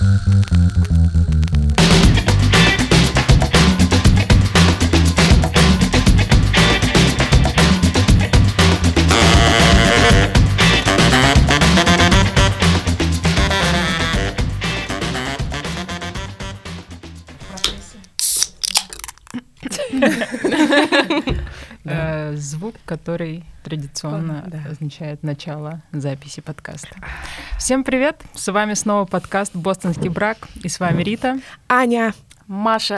Звук, который традиционно означает начало записи подкаста. Всем привет! С вами снова подкаст «Бостонский брак». И с вами Рита. Аня. Маша.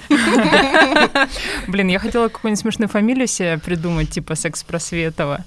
Блин, я хотела какую-нибудь смешную фамилию себе придумать, типа Секс-Просветова.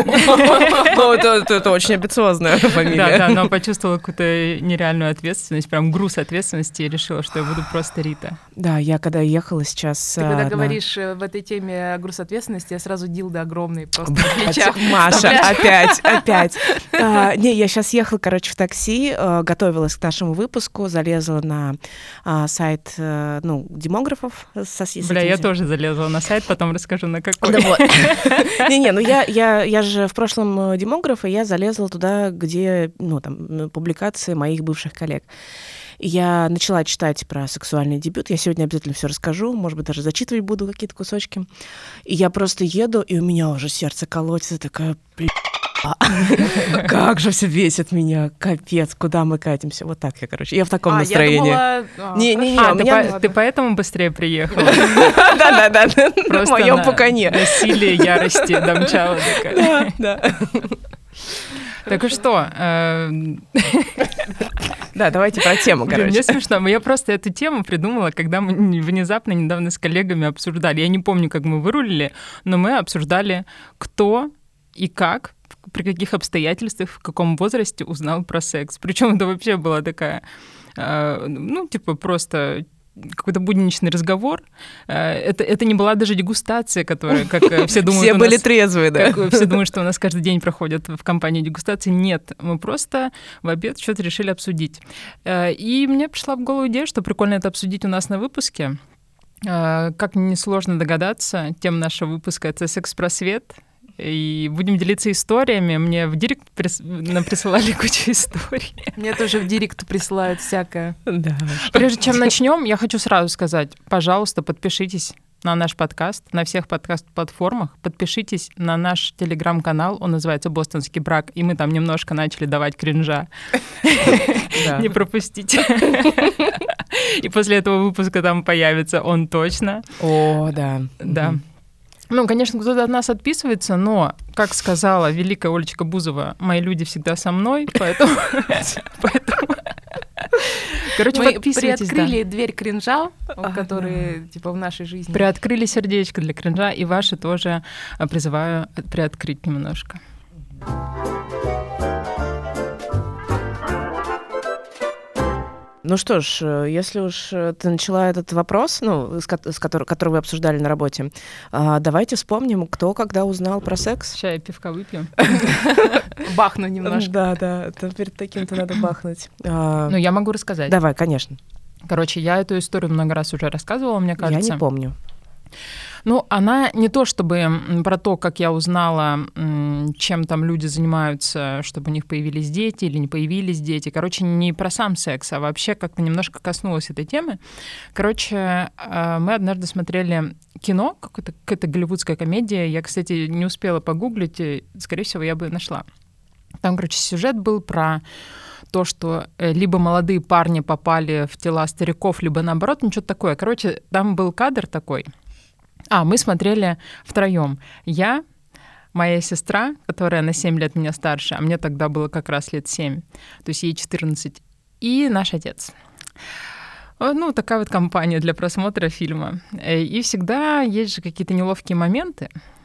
Это очень амбициозная фамилия. Да, но почувствовала какую-то нереальную ответственность, прям груз ответственности, и решила, что я буду просто Рита. Да, я когда ехала сейчас... Ты когда говоришь в этой теме груз ответственности, я сразу дилдо огромный просто на плечах. Маша, опять. Не, я сейчас ехала, короче, в такси, готовилась к нашему выпуску, залезла на сайт демографов. Бля, я тоже залезла на сайт, потом расскажу, на какой. Не-не, ну я же в прошлом демограф, и я залезла туда, где, публикации моих бывших коллег. Я начала читать про сексуальный дебют. Я сегодня обязательно все расскажу, может быть, даже зачитывать буду какие-то кусочки. И я просто еду, и у меня уже сердце колотится, такая, как же все бесит меня, капец, куда мы катимся. Вот так я, короче, я в таком настроении. Ты поэтому быстрее приехала? Да, на моем пукане. Насилие, ярости домчала такая. Да. Так и что? Да, давайте про тему, короче. Мне смешно, я просто эту тему придумала, когда мы внезапно недавно с коллегами обсуждали. Я не помню, как мы вырулили, но мы обсуждали, кто и как, при каких обстоятельствах, в каком возрасте узнал про секс. Причем это вообще была такая, просто какой-то будничный разговор. Это не была даже дегустация, которая, как все думают... Все были трезвые, да? Как все думают, что у нас каждый день проходят в компании дегустации. Нет, мы просто в обед что-то решили обсудить. И мне пришла в голову идея, что прикольно это обсудить у нас на выпуске. Как несложно догадаться, тема нашего выпуска — это «Секс-просвет». И будем делиться историями. Мне в директ нам присылали кучу историй. Мне тоже в директ присылают всякое. Да. Прежде чем начнем, я хочу сразу сказать, пожалуйста, подпишитесь на наш подкаст, на всех подкаст-платформах. Подпишитесь на наш телеграм-канал, он называется «Бостонский брак», и мы там немножко начали давать кринжа. Не пропустите. И после этого выпуска там появится он точно. О, да. Да. Конечно, кто-то от нас отписывается, но, как сказала великая Олечка Бузова, мои люди всегда со мной, поэтому... Короче, мы подписывайтесь. Приоткрыли дверь кринжа, который в нашей жизни. Приоткрыли сердечко для кринжа, и ваши тоже призываю приоткрыть немножко. Ну что ж, если уж ты начала этот вопрос, который вы обсуждали на работе, давайте вспомним, кто когда узнал про секс. Сейчас я пивка выпью. Бахну немножко. Да, перед таким-то надо бахнуть. Я могу рассказать. Давай, конечно. Короче, я эту историю много раз уже рассказывала, мне кажется. Я не помню. Она не то чтобы про то, как я узнала, чем там люди занимаются, чтобы у них появились дети или не появились дети. Короче, не про сам секс, а вообще как-то немножко коснулась этой темы. Короче, мы однажды смотрели кино, какая-то голливудская комедия. Я, кстати, не успела погуглить, и, скорее всего, я бы нашла. Там, сюжет был про то, что либо молодые парни попали в тела стариков, либо наоборот, что-то такое. Короче, там был кадр такой. Мы смотрели втроем. Я, моя сестра, которая на 7 лет меня старше, а мне тогда было как раз лет 7, то есть ей 14, и наш отец. Такая вот компания для просмотра фильма. И всегда есть же какие-то неловкие моменты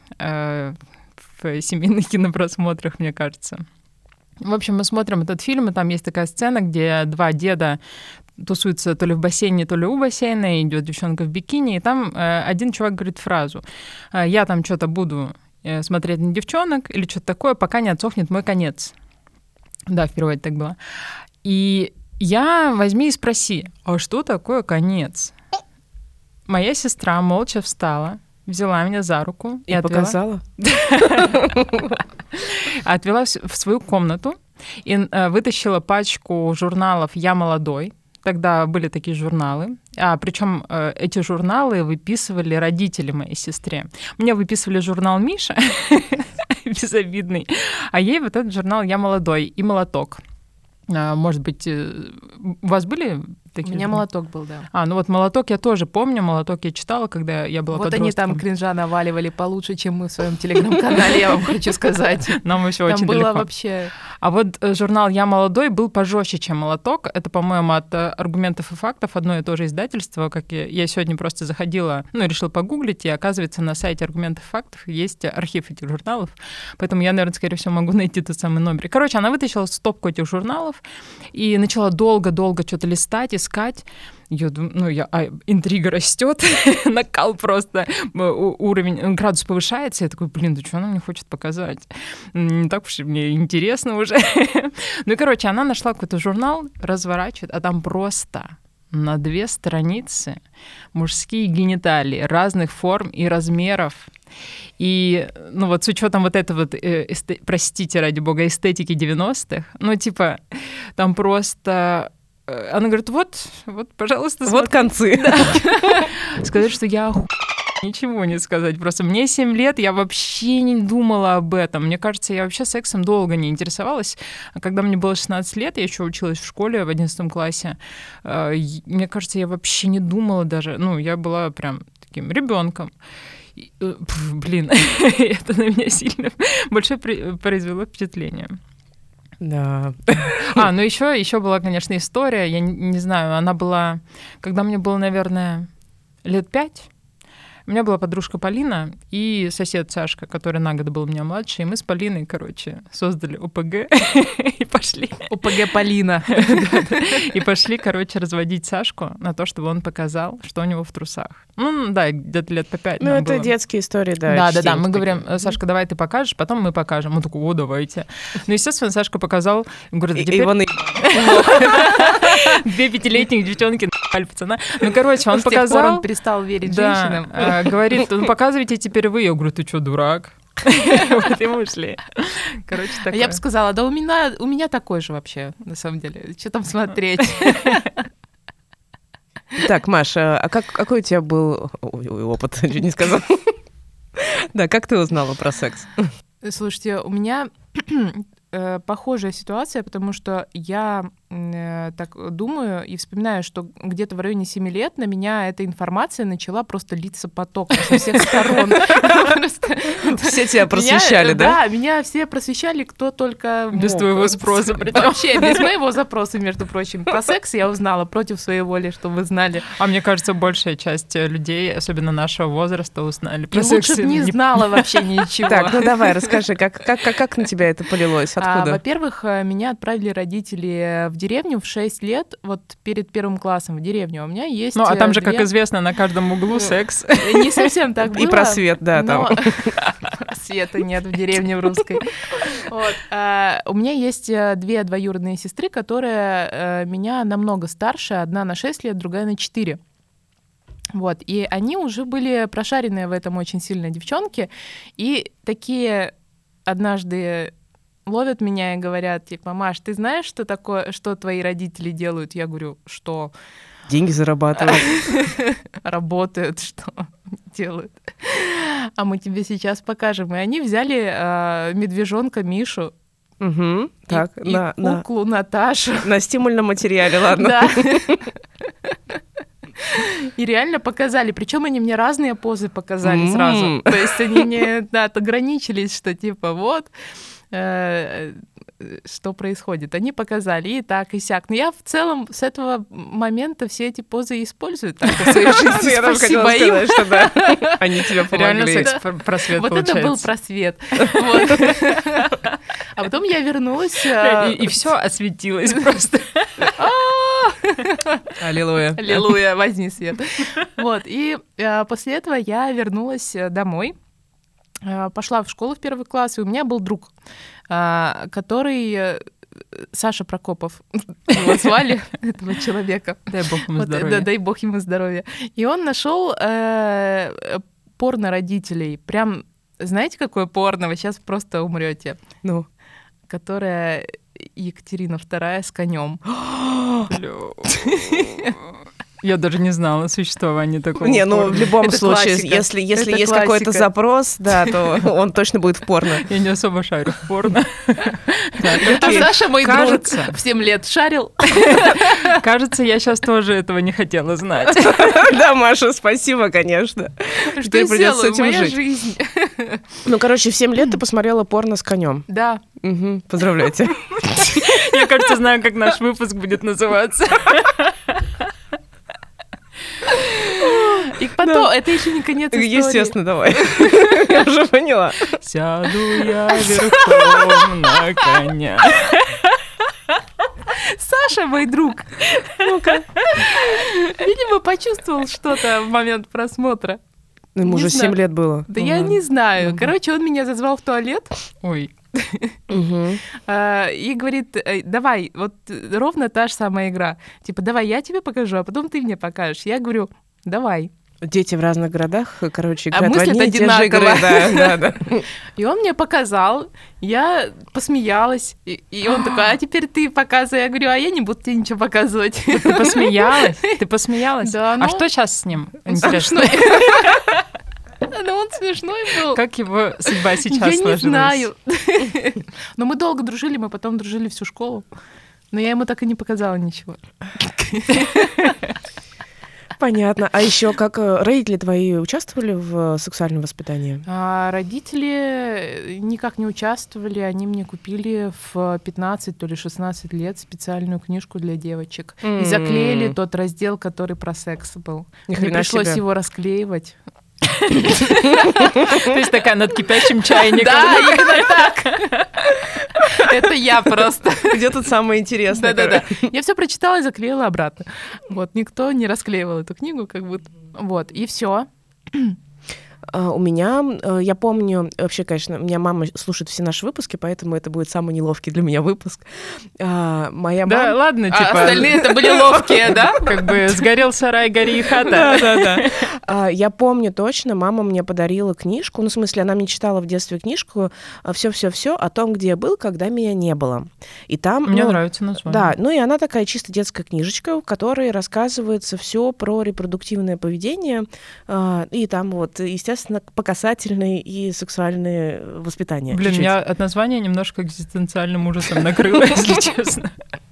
в семейных кинопросмотрах, мне кажется. В общем, мы смотрим этот фильм, и там есть такая сцена, где два деда тусуются то ли в бассейне, то ли у бассейна, идет девчонка в бикини, и там один чувак говорит фразу: «Я там что-то буду смотреть на девчонок» или что-то такое, пока не отсохнет мой конец. Да, в переводе так было. И я возьми и спроси: а что такое конец? Моя сестра молча встала, взяла меня за руку и показала? Отвела в свою комнату и вытащила пачку журналов «Я молодой», тогда были такие журналы, причем эти журналы выписывали родители моей сестры. Мне выписывали журнал «Миша», безобидный, а ей вот этот журнал «Я молодой» и «Молоток». Может быть, у вас были такие? У меня «Молоток» был, да. Ну вот «Молоток» я тоже помню, «Молоток» я читала, когда я была подростком. Вот они там кринжа наваливали получше, чем мы в своем телеграм-канале, я вам хочу сказать. Нам еще очень далеко. Там было вообще... А вот журнал «Я молодой» был пожестче, чем «Молоток». Это, по-моему, от «Аргументов и фактов» одно и то же издательство. Как я сегодня просто заходила, решила погуглить, и оказывается, на сайте «Аргументов и фактов» есть архив этих журналов. Поэтому я, наверное, скорее всего, могу найти тот самый номер. Короче, она вытащила стопку этих журналов и начала долго-долго что-то листать, искать. Интрига растет, накал просто, уровень, градус повышается. Я такой, да что она мне хочет показать? Не так уж мне интересно уже. Она нашла какой-то журнал, разворачивает, а там просто на 2 страницы мужские гениталии разных форм и размеров. И, с учетом вот этой вот, простите, ради бога, эстетики 90-х, там просто... Она говорит, вот, пожалуйста, смотри. Вот концы. Да. Сказать, что я ничего не сказать. Просто мне 7 лет, я вообще не думала об этом. Мне кажется, я вообще сексом долго не интересовалась. А когда мне было 16 лет, я еще училась в школе в 11 классе, мне кажется, я вообще не думала даже. Я была прям таким ребенком. Это на меня сильно большое произвело впечатление. Да. Еще была, конечно, история, я не знаю, она была, когда мне было, наверное, лет 5, у меня была подружка Полина и сосед Сашка, который на год был у меня младше, и мы с Полиной, создали ОПГ и пошли. ОПГ Полина. И пошли, разводить Сашку на то, чтобы он показал, что у него в трусах. Где-то лет по 5. Это детские истории, да. Да. Мы говорим, Сашка, давай ты покажешь, потом мы покажем. Он такой, давайте. Естественно, Сашка показал. Говорит, теперь... Его 2 5-летних девчонки на***ли пацана. Он показал... Он перестал верить женщинам. Говорит, показывайте теперь вы. Я говорю, ты что, дурак? Вот и мы ушли. Такое. Я бы сказала, у меня такой же вообще, на самом деле. Что там смотреть? Так, Маша, а какой у тебя был опыт? Чуть не сказала. Да, как ты узнала про секс? Слушайте, у меня похожая ситуация, потому что я так думаю и вспоминаю, что где-то в районе 7 лет на меня эта информация начала просто литься потоком со всех сторон. Все тебя просвещали, да? Да, меня все просвещали, кто только мог. Без твоего спроса. Вообще, без моего запроса, между прочим. Про секс я узнала против своей воли, чтобы вы знали. А мне кажется, большая часть людей, особенно нашего возраста, узнали про секс. Лучше бы не знала вообще ничего. Так, давай, расскажи, как на тебя это полилось? Откуда? Во-первых, меня отправили родители в деревню в 6 лет, вот перед 1 классом в деревню. У меня есть... а там же, как известно, на каждом углу секс. Не совсем так было. И просвет, да, там. Просвета нет в деревне в русской. У меня есть 2 двоюродные сестры, которые меня намного старше. Одна на 6 лет, другая на 4. И они уже были прошаренные в этом очень сильно девчонки. И такие однажды ловят меня и говорят, Маш, ты знаешь, что такое, что твои родители делают? Я говорю, что? Деньги зарабатывают. Работают, что делают. А мы тебе сейчас покажем. И они взяли медвежонка Мишу и куклу Наташу. На стимульном материале, ладно. Да. И реально показали. Причем они мне разные позы показали сразу. То есть они не ограничились, что что происходит. Они показали и так, и сяк. Но я в целом с этого момента все эти позы использую так в своей жизни. Я тоже хотела сказать, что да, они тебе помогли. Реально секс-просвет получается. Вот это был просвет. А потом я вернулась... И все осветилось просто. Аллилуйя. Аллилуйя, возьми свет. И после этого я вернулась домой. Пошла в школу в 1 класс, и у меня был друг, который... Саша Прокопов, его звали, этого человека. Дай бог ему здоровья. Дай бог ему здоровья. И он нашел порно родителей. Прям, знаете, какое порно? Вы сейчас просто умрете. Которое Екатерина II с конем. Я даже не знала о существовании такого. Не, ну порно. в любом Это случае, классика. если Это есть классика. какой-то запрос, да, то он точно будет в порно. Я не особо шарю в порно. А Саша, мой Кажется. друг, в 7 лет шарил. Кажется, я сейчас тоже этого не хотела знать. Да, Маша, спасибо, конечно. Что Теперь я придется с сделаю? этим Моя жить. жизнь. Ну, короче, в 7 лет ты посмотрела порно с конем. Да. Поздравляю тебя. Я, кажется, знаю, как наш выпуск будет называться. И потом, это еще не конец истории. Естественно, давай. Я уже поняла. Сяду я верхом на коня. Саша, мой друг, Ну-ка. видимо, почувствовал что-то в момент просмотра. Ему Не уже знаю. 7 лет было. Да я не знаю. Ага. Короче, он меня зазвал в туалет Ой, и говорит, давай, вот ровно та же самая игра. Типа, давай, я тебе покажу, а потом ты мне покажешь. Я говорю, давай. Дети в разных городах, короче, А играют в мыслят одни и те же игры. одинаково. Да. И он мне показал, я посмеялась, и он такой, а теперь ты показывай. Я говорю, а я не буду тебе ничего показывать. ты посмеялась? Ты посмеялась? Да, А ну, что сейчас с ним? Он Интересно. смешной. Ну, он смешной был. Как его судьба сейчас Я сложилась? не знаю. Но мы долго дружили, мы потом дружили всю школу. Но я ему так и не показала ничего. Понятно. А еще как родители твои участвовали в сексуальном воспитании? А родители никак не участвовали. Они мне купили в 15, то ли 16 лет специальную книжку для девочек. И заклеили тот раздел, который про секс был. Ни Мне хрена пришлось себе. его расклеивать. То есть такая над кипящим чайником. Да, именно так. Это я просто. Где тут самое интересное? Да-да-да. Я все прочитала и заклеила обратно. Вот, никто не расклеивал эту книгу, как будто. Вот, и все. У меня, я помню, вообще, конечно, у меня мама слушает все наши выпуски, поэтому это будет самый неловкий для меня выпуск. Моя Да, мама... ладно, А типа... остальные это были ловкие, да? Как бы сгорел сарай, гори и хата. Да. Я помню точно, мама мне подарила книжку, ну, в смысле, она мне читала в детстве книжку «Все-все-все» о том, где я был, когда меня не было. И там... Мне нравится название. Да, ну и она такая чисто детская книжечка, в которой рассказывается все про репродуктивное поведение, и там вот, естественно, по касательной и сексуальное воспитание. Блин, чуть-чуть. меня от названия немножко экзистенциальным ужасом накрыло, если честно.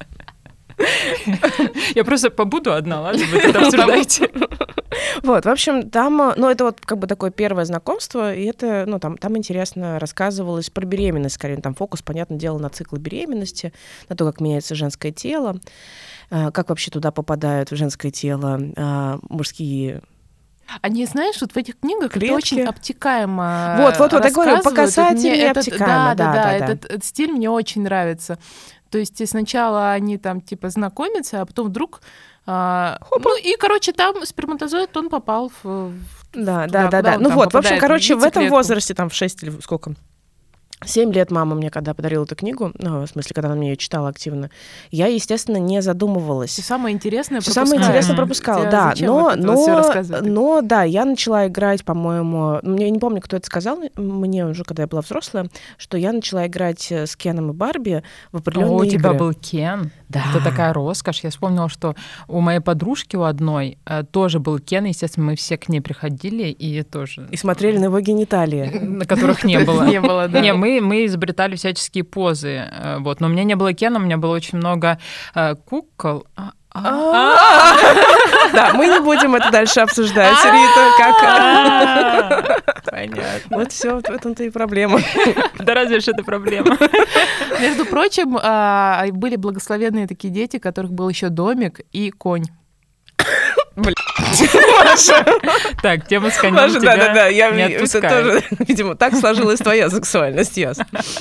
Я просто побуду одна, ладно, вы это обсуждаете. Вот, в общем, там, ну, это вот как бы такое первое знакомство, и это, ну, там интересно рассказывалось про беременность, скорее, там фокус, понятное дело, на циклы беременности, на то, как меняется женское тело, как вообще туда попадают в женское тело мужские... Они, знаешь, вот в этих книгах Клетки. это очень обтекаемо. Вот, я говорю, по рассказывают. касательной Мне и этот- обтекаемо, да. этот стиль мне очень нравится. То есть сначала они там типа знакомятся, а потом вдруг... ну и, короче, там сперматозоид, он попал в Да. куда он Ну там вот, в общем, попадает, короче, в в этом яйцеклетку. возрасте, там, в 6 или сколько... 7 лет мама мне когда подарила эту книгу, ну, в смысле, когда она мне ее читала активно, я, естественно, не задумывалась. Все самое интересное Все самое интересное пропускала, Тебе да. зачем вот это вот всё рассказывать? Но, да, я начала играть, по-моему... Я не помню, кто это сказал мне уже, когда я была взрослая, что я начала играть с Кеном и Барби в определенные О, у тебя игры. был Кен. Да. Это такая роскошь. Я вспомнила, что у моей подружки, у одной, тоже был Кен. Естественно, мы все к ней приходили и тоже... И смотрели на его гениталии. На которых не было. Не было, да. Не, мы изобретали всяческие позы. Вот. Но у меня не было Кена, у меня было очень много кукол. Да, мы не будем это дальше обсуждать, Рита, как... Понятно. Вот все, в этом-то и проблема. Да разве ж это проблема? Между прочим, были благословенные такие дети, у которых был еще домик и конь. Маша, Так, тема с конем Маша, тебя да, не я это отпускает. тоже, видимо, так сложилась твоя сексуальность, яс.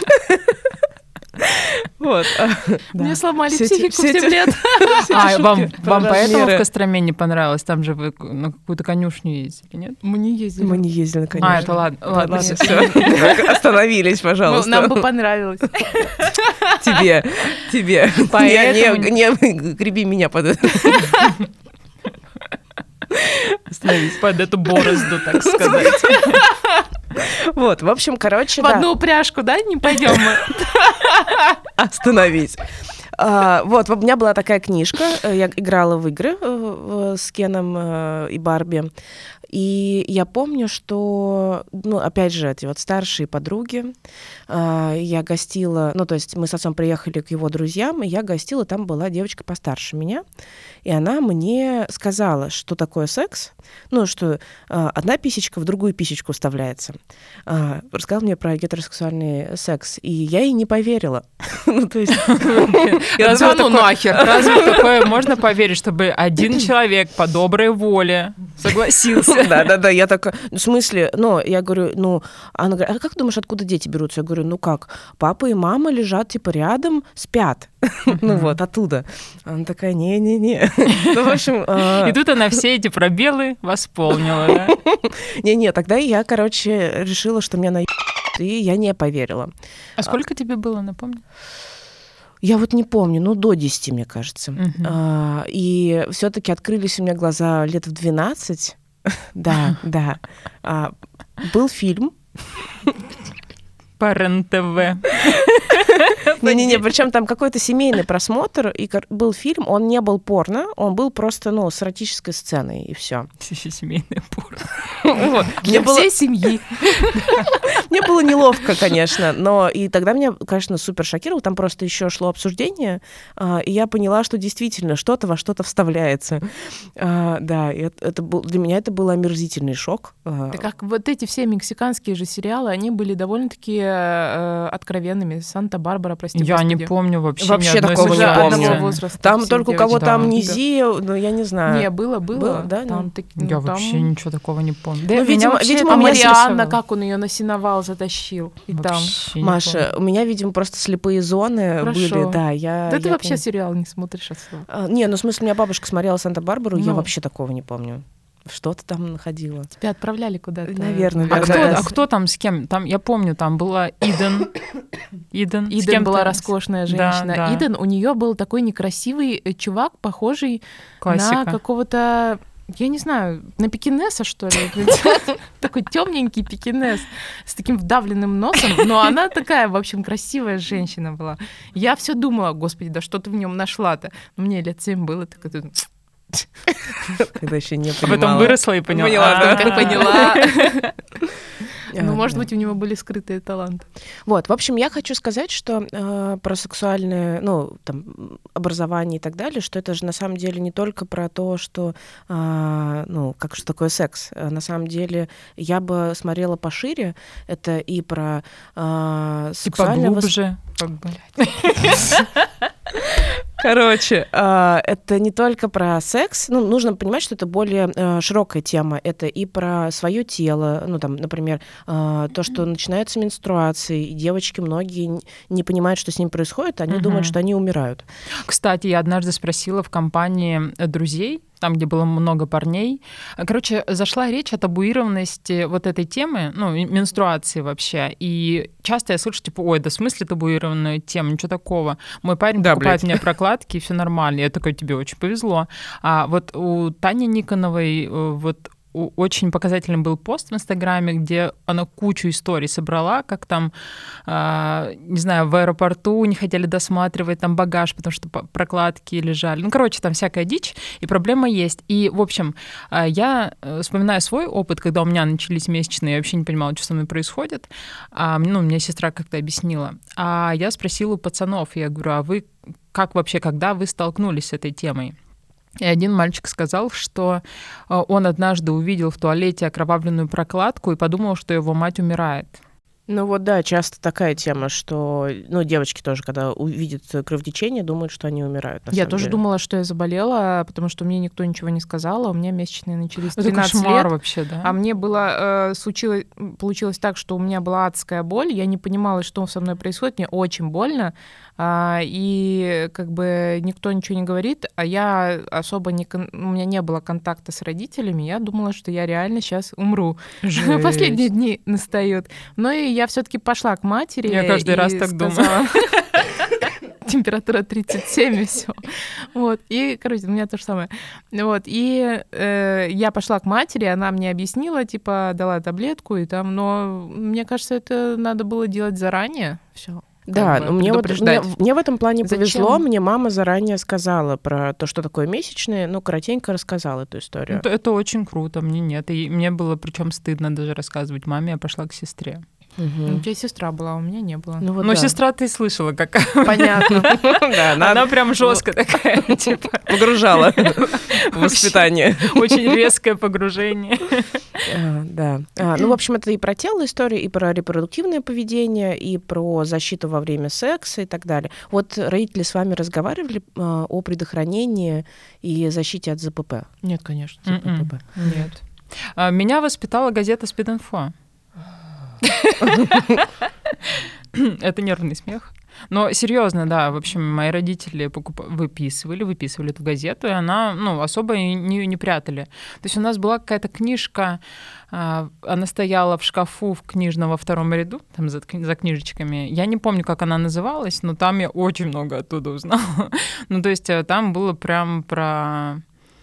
Вот. Мне сломали Все эти- психику в все 7 эти- лет. Вам про поэтому размеры. в Костроме не понравилось? Там же вы на какую-то конюшню ездили, нет? Мы не ездили. Мы не ездили, конечно. Это ладно. Ладно, Ладно, всё. все. Остановились, пожалуйста. Нам бы понравилось. Тебе. Поэтому- Не греби меня под это. Остановись под эту борозду, так сказать. Вот, в общем, короче, В да. одну упряжку, да, не пойдем мы? Остановись. Вот, у меня была такая книжка, я играла в игры с Кеном и Барби, и я помню, что, ну, опять же, эти вот старшие подруги, я гостила, ну, то есть мы с отцом приехали к его друзьям, и я гостила, там была девочка постарше меня, и она мне сказала, что такое секс, ну, что одна писечка в другую писечку вставляется. Рассказала мне про гетеросексуальный секс, и я ей не поверила. Ну, то есть... Разве такое можно поверить, чтобы один человек по доброй воле согласился? Да, я такая, в смысле, ну, я говорю, ну, она говорит, а как думаешь, откуда дети берутся? Я говорю, ну как, папа и мама лежат, типа, рядом, спят. Ну вот, оттуда. Она такая, не-не-не. Ну, в общем... И тут она все эти пробелы восполнила, да? Не-не, тогда я, короче, решила, что меня наебут, и я не поверила. А сколько тебе было, напомни? Я вот не помню, ну, до 10, мне кажется. И все-таки открылись у меня глаза лет в 12. Да. Был фильм. По РЕН-ТВ. Не-не-не, причем там какой-то семейный просмотр, и был фильм, он не был порно, он был просто, ну, с эротической сценой, и все. Семейное порно. Для всей семьи. Мне было неловко, конечно, но и тогда меня, конечно, супер шокировало, там просто еще шло обсуждение, и я поняла, что действительно что-то во что-то вставляется. Да, это для меня это был омерзительный шок. Так как вот эти все мексиканские же сериалы, они были довольно-таки откровенными. Санта-Барбара, прости Я господи. не помню вообще Вообще ни одной такого не помню. Возраста, там только у кого-то да. амнезия, ну, я не знаю. Не, было. Да, Там, Я вообще ничего такого не помню. Ну, видимо, А у меня Марианна, как он ее на сеновал затащил. И там. Маша, у меня, видимо, просто слепые зоны были. Да, ты вообще сериал не смотришь особо. Не, ну, в смысле, у меня бабушка смотрела «Санта-Барбару», я вообще такого не помню. Что ты там находила? Тебя отправляли куда-то. Наверное. А кто там с кем? Там, я помню, там была Иден. Иден была роскошная женщина. Да. Иден, у нее был такой некрасивый чувак, похожий Классика. на какого-то, я не знаю, на пекинеса, что ли. Такой темненький пекинес с таким вдавленным носом. Но она такая, в общем, красивая женщина была. Я все думала, господи, да что ты в нем нашла-то? Мне лет 7 было, так это... Когда еще не А понимала. потом выросла и поняла. Как поняла. Ну, может быть, у него были скрытые таланты. Вот, в общем, я хочу сказать, что про сексуальное, ну, там, образование и так далее, что это же на самом деле не только про то, что, ну, как что такое секс. На самом деле я бы смотрела пошире. Это и про сексуальное... Поглубже. Короче, это не только про секс. Ну, нужно понимать, что это более широкая тема. Это и про свое тело. Ну, там, например, то, что начинаются менструации, и девочки многие не понимают, что с ним происходит, они думают, что они умирают. Кстати, я однажды спросила в компании друзей, там, где было много парней. Короче, зашла речь о табуированности вот этой темы, ну, менструации вообще. И часто я слышу, типа, ой, да в смысле табуированная тема, ничего такого. Мой парень покупает мне прокладки, и все нормально. Я такой, тебе очень повезло. А вот у Тани Никоновой вот очень показательным был пост в Инстаграме, где она кучу историй собрала, как там, не знаю, в аэропорту не хотели досматривать там багаж, потому что прокладки лежали. Ну, короче, там всякая дичь, и проблема есть. И, в общем, я вспоминаю свой опыт, когда у меня начались месячные, я вообще не понимала, что со мной происходит. Ну, мне сестра как-то объяснила. А я спросила у пацанов, я говорю, а вы как вообще, когда вы столкнулись с этой темой? И один мальчик сказал, что он однажды увидел в туалете окровавленную прокладку и подумал, что его мать умирает. Ну вот да, часто такая тема, что, ну, девочки тоже, когда увидят кровотечение, думают, что они умирают. Я тоже думала, что я заболела, потому что мне никто ничего не сказал, а у меня месячные начались 13 лет. Вообще, да? А мне было, получилось так, что у меня была адская боль, я не понимала, что со мной происходит, мне очень больно, и как бы никто ничего не говорит, а я особо у меня не было контакта с родителями, я думала, что я реально сейчас умру. Последние дни настают. Но и я все-таки пошла к матери. Я каждый раз так думаю. Температура 37 и все. Вот. И, короче, у меня то же самое. Вот. И я пошла к матери, она мне объяснила, типа, дала таблетку, и там, но мне кажется, это надо было делать заранее. Все. Да, но мне в этом плане Зачем? повезло. Мне мама заранее сказала про то, что такое месячные, коротенько рассказала эту историю. Это очень круто, мне нет. И мне было причем стыдно даже рассказывать маме, я пошла к сестре. У тебя сестра была, у меня не было. Ну, сестра, ты слышала, какая. Понятно. Она прям жестко такая, типа. Погружала в воспитание. Очень резкое погружение. Да. В общем, это и про тело история, и про репродуктивное поведение, и про защиту во время секса и так далее. Вот родители с вами разговаривали о предохранении и защите от ЗПП? Нет, конечно. ЗПП. Нет. Меня воспитала газета «Спид-инфо». Это нервный смех. Но серьезно, да, в общем, мои родители выписывали эту газету, и она, особо не прятали. То есть у нас была какая-то книжка, она стояла в шкафу в книжном во втором ряду, там за книжечками. Я не помню, как она называлась, но там я очень много оттуда узнала. То есть там было прям про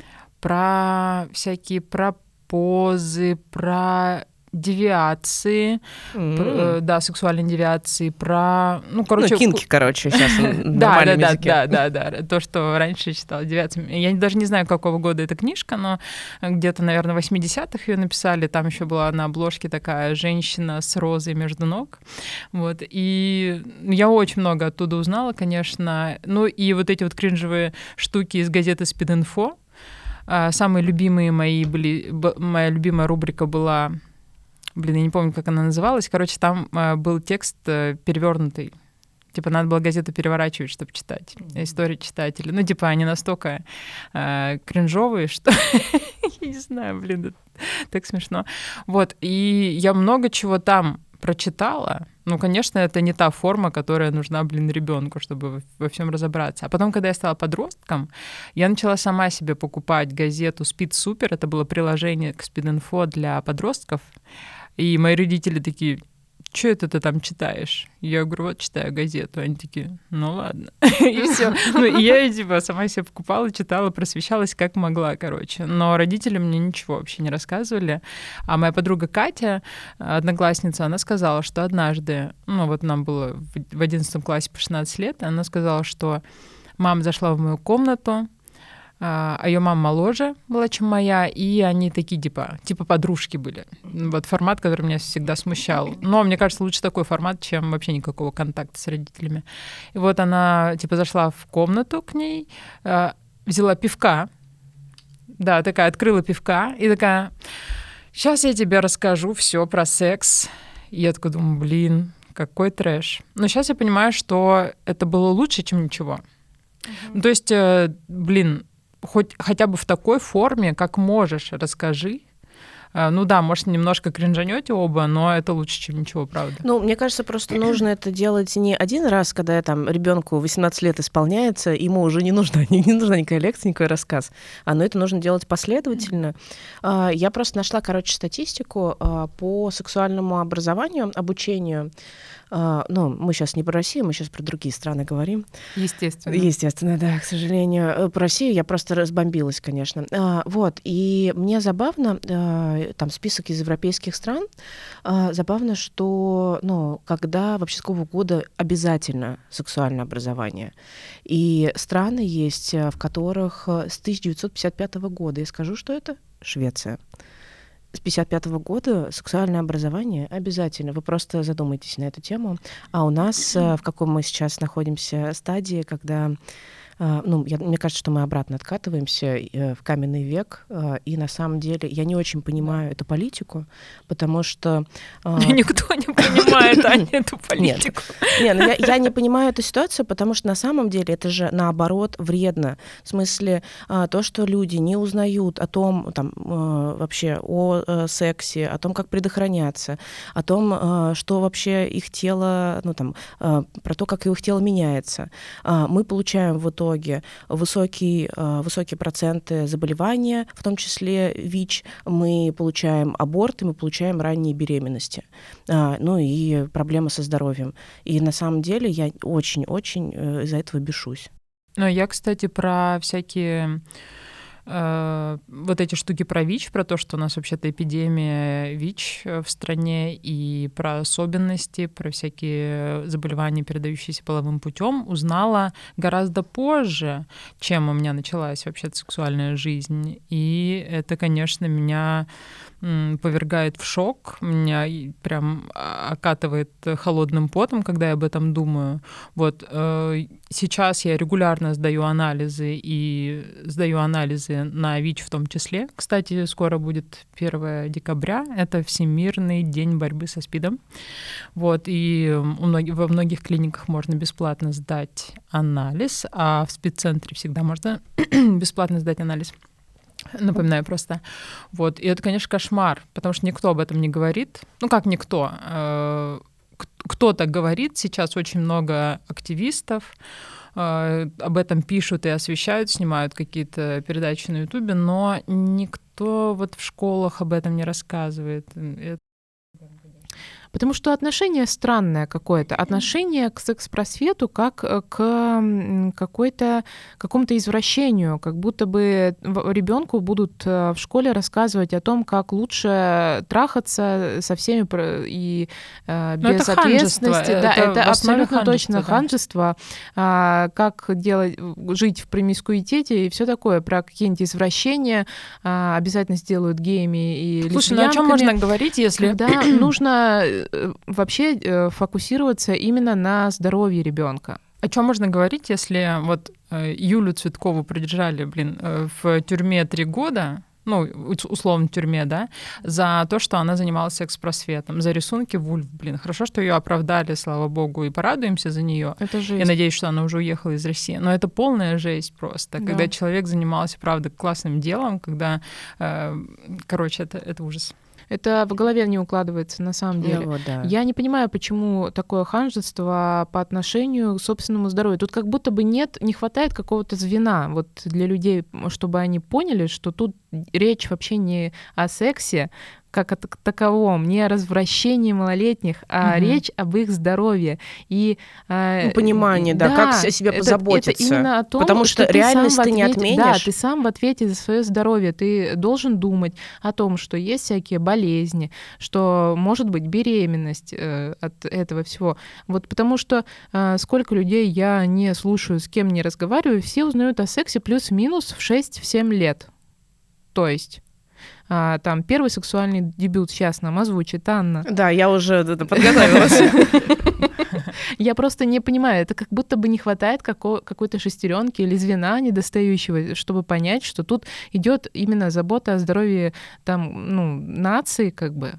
всякие, про позы, про девиации, да, сексуальные девиации, про, кинки, сейчас нормальном языке. Да, то, что раньше считала девиациями. Я даже не знаю, какого года эта книжка, но где-то, наверное, в 80-х ее написали, там еще была на обложке такая женщина с розой между ног, вот, и я очень много оттуда узнала, конечно, и вот эти вот кринжевые штуки из газеты «Спид-инфо», самые любимые моя любимая рубрика была... я не помню, как она называлась. Короче, там был текст перевернутый. Типа, надо было газету переворачивать, чтобы читать. Истории читателей. Они настолько кринжовые, что... Я не знаю, это так смешно. Вот, и я много чего там прочитала. Конечно, это не та форма, которая нужна, ребенку, чтобы во всем разобраться. А потом, когда я стала подростком, я начала сама себе покупать газету «Спид Супер». Это было приложение к «Спид-инфо» для подростков. И мои родители такие: что это ты там читаешь? Я говорю: вот читаю газету. Они такие: ну ладно. И все. И я сама себе покупала, читала, просвещалась как могла, короче. Но родители мне ничего вообще не рассказывали. А моя подруга Катя, одноклассница, она сказала, что однажды, нам было в 11 классе по 16 лет, она сказала, что мама зашла в мою комнату, а ее мама моложе была, чем моя, и они такие, типа подружки были. Вот формат, который меня всегда смущал. Но мне кажется, лучше такой формат, чем вообще никакого контакта с родителями. И вот она, зашла в комнату к ней, взяла пивка, да, такая, открыла пивка, и такая: сейчас я тебе расскажу все про секс. И я такая думаю: какой трэш. Но сейчас я понимаю, что это было лучше, чем ничего. То есть, хотя бы в такой форме, как можешь, расскажи. Может, немножко кринжанете оба, но это лучше, чем ничего, правда. Мне кажется, просто нужно это делать не один раз, когда ребенку 18 лет исполняется, ему уже не нужна никакая лекция, никакой рассказ. Но это нужно делать последовательно. Я просто нашла, статистику по сексуальному образованию, обучению. Мы сейчас не про Россию, мы сейчас про другие страны говорим. Естественно, да, к сожалению. Про Россию я просто разбомбилась, конечно. И мне забавно, там список из европейских стран, забавно, что, когда вообще с какого года обязательно сексуальное образование. И страны есть, в которых с 1955 года, я скажу, что это Швеция. С 1955 года сексуальное образование обязательно. Вы просто задумайтесь на эту тему. А у нас, в каком мы сейчас находимся стадии, когда... мне кажется, что мы обратно откатываемся в каменный век, и на самом деле я не очень понимаю эту политику, потому что... Никто не понимает, эту политику. Нет, я не понимаю эту ситуацию, потому что на самом деле это же наоборот вредно. В смысле, то, что люди не узнают о том, вообще о сексе, о том, как предохраняться, о том, что вообще их тело, про то, как их тело меняется. Мы получаем в итоге высокие проценты заболевания, в том числе ВИЧ, мы получаем аборты, мы получаем ранние беременности, и проблемы со здоровьем. И на самом деле я очень-очень из-за этого бешусь. Я, кстати, про всякие вот эти штуки про ВИЧ, про то, что у нас вообще-то эпидемия ВИЧ в стране, и про особенности, про всякие заболевания, передающиеся половым путем, узнала гораздо позже, чем у меня началась вообще-то сексуальная жизнь. И это, конечно, меня повергает в шок, меня прям окатывает холодным потом, когда я об этом думаю. Вот сейчас я регулярно сдаю анализы, и сдаю анализы на ВИЧ в том числе. Кстати, скоро будет 1 декабря, это Всемирный день борьбы со СПИДом. Вот, и во многих клиниках можно бесплатно сдать анализ, а в СПИД-центре всегда можно бесплатно сдать анализ. Напоминаю просто. Вот. И это, конечно, кошмар, потому что никто об этом не говорит. Ну, как никто? Кто-то говорит. Сейчас очень много активистов об этом пишут и освещают, снимают какие-то передачи на Ютубе, но никто вот в школах об этом не рассказывает. Потому что отношение странное какое-то. Отношение к секс-просвету как к какому-то извращению. Как будто бы ребенку будут в школе рассказывать о том, как лучше трахаться со всеми и без ответственности. Да, это абсолютно точно ханжество. Как жить в промискуитете и все такое. Про какие-нибудь извращения обязательно сделают геями и лесбиянками. Слушай, ну о чем можно говорить, если... Когда нужно вообще фокусироваться именно на здоровье ребенка. О чем можно говорить, если вот Юлю Цветкову продержали, в тюрьме 3 года, ну, условно в тюрьме, да, за то, что она занималась секс-просветом, за рисунки вульв, хорошо, что ее оправдали, слава богу, и порадуемся за нее. Это жесть. Я надеюсь, что она уже уехала из России. Но это полная жесть просто, да. Когда человек занимался, правда, классным делом, когда, это ужас. Это в голове не укладывается на самом деле. Я не понимаю, почему такое ханжество по отношению к собственному здоровью. Тут как будто бы не хватает какого-то звена вот для людей, чтобы они поняли, что тут речь вообще не о сексе, как о таковом, не о развращении малолетних, а речь об их здоровье. И понимание, как о себе позаботиться. Это именно о том, потому что реальность ты не отменишь. Да, ты сам в ответе за свое здоровье. Ты должен думать о том, что есть всякие болезни, что может быть беременность от этого всего. Вот потому что сколько людей я не слушаю, с кем не разговариваю, все узнают о сексе плюс-минус в 6-7 лет. То есть там первый сексуальный дебют сейчас нам озвучит Анна. Да, я уже подготовилась. Я просто не понимаю, это как будто бы не хватает какой-то шестеренки или звена недостающего, чтобы понять, что тут идет именно забота о здоровье нации, как бы.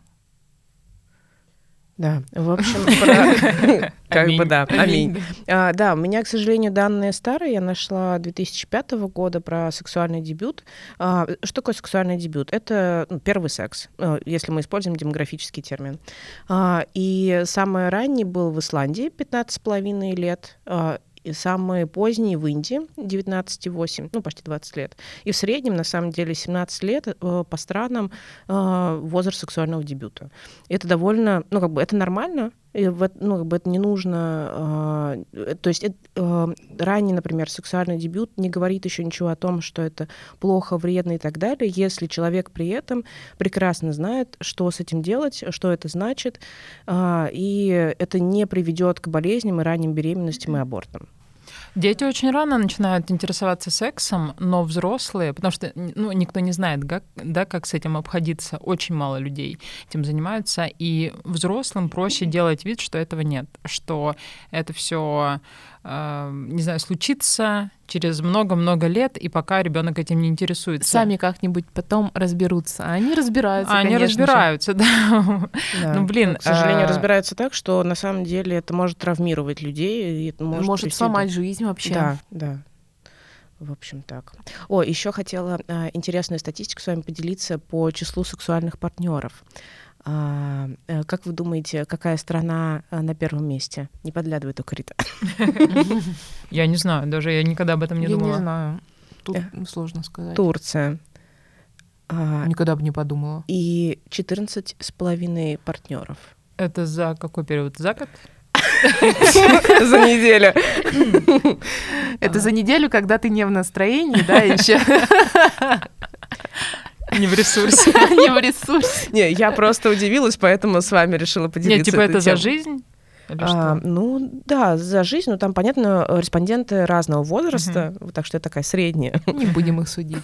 Да, в общем, аминь. Да, у меня, к сожалению, данные старые. Я нашла 2005 года про сексуальный дебют. Что такое сексуальный дебют? Это первый секс, если мы используем демографический термин. И самый ранний был в Исландии, 15,5 лет. И самые поздние в Индии, 19,8, почти 20 лет. И в среднем, на самом деле, 17 лет по странам возраст сексуального дебюта. Это довольно, это нормально, это не нужно... То есть ранний, например, сексуальный дебют не говорит еще ничего о том, что это плохо, вредно и так далее, если человек при этом прекрасно знает, что с этим делать, что это значит, и это не приведет к болезням и ранним беременностям и абортам. Дети очень рано начинают интересоваться сексом, но взрослые, потому что никто не знает, как с этим обходиться. Очень мало людей этим занимаются, и взрослым проще делать вид, что этого нет, что это все, случится через много-много лет, и пока ребенок этим не интересуется. Сами как-нибудь потом разберутся. А они разбираются, Они разбираются, да. К сожалению, разбираются так, что на самом деле это может травмировать людей. И это может сломать жизнь вообще. Да. В общем, так. Еще хотела интересную статистику с вами поделиться по числу сексуальных партнеров. Как вы думаете, какая страна на первом месте? Не подглядывай только, Рита. Я не знаю, даже я никогда об этом не думала. Я не знаю. Тут сложно сказать. Турция. Никогда бы не подумала. И 14,5 партнеров. Это за какой период? За год? за неделю. Это за неделю, когда ты не в настроении, да, еще? Не в ресурсе. Не в ресурсе. Не, я просто удивилась, поэтому с вами решила поделиться. Нет, типа этой это за темой. жизнь? Или что? Ну да, за жизнь, но там, понятно, респонденты разного возраста, так что это такая средняя. Не будем их судить.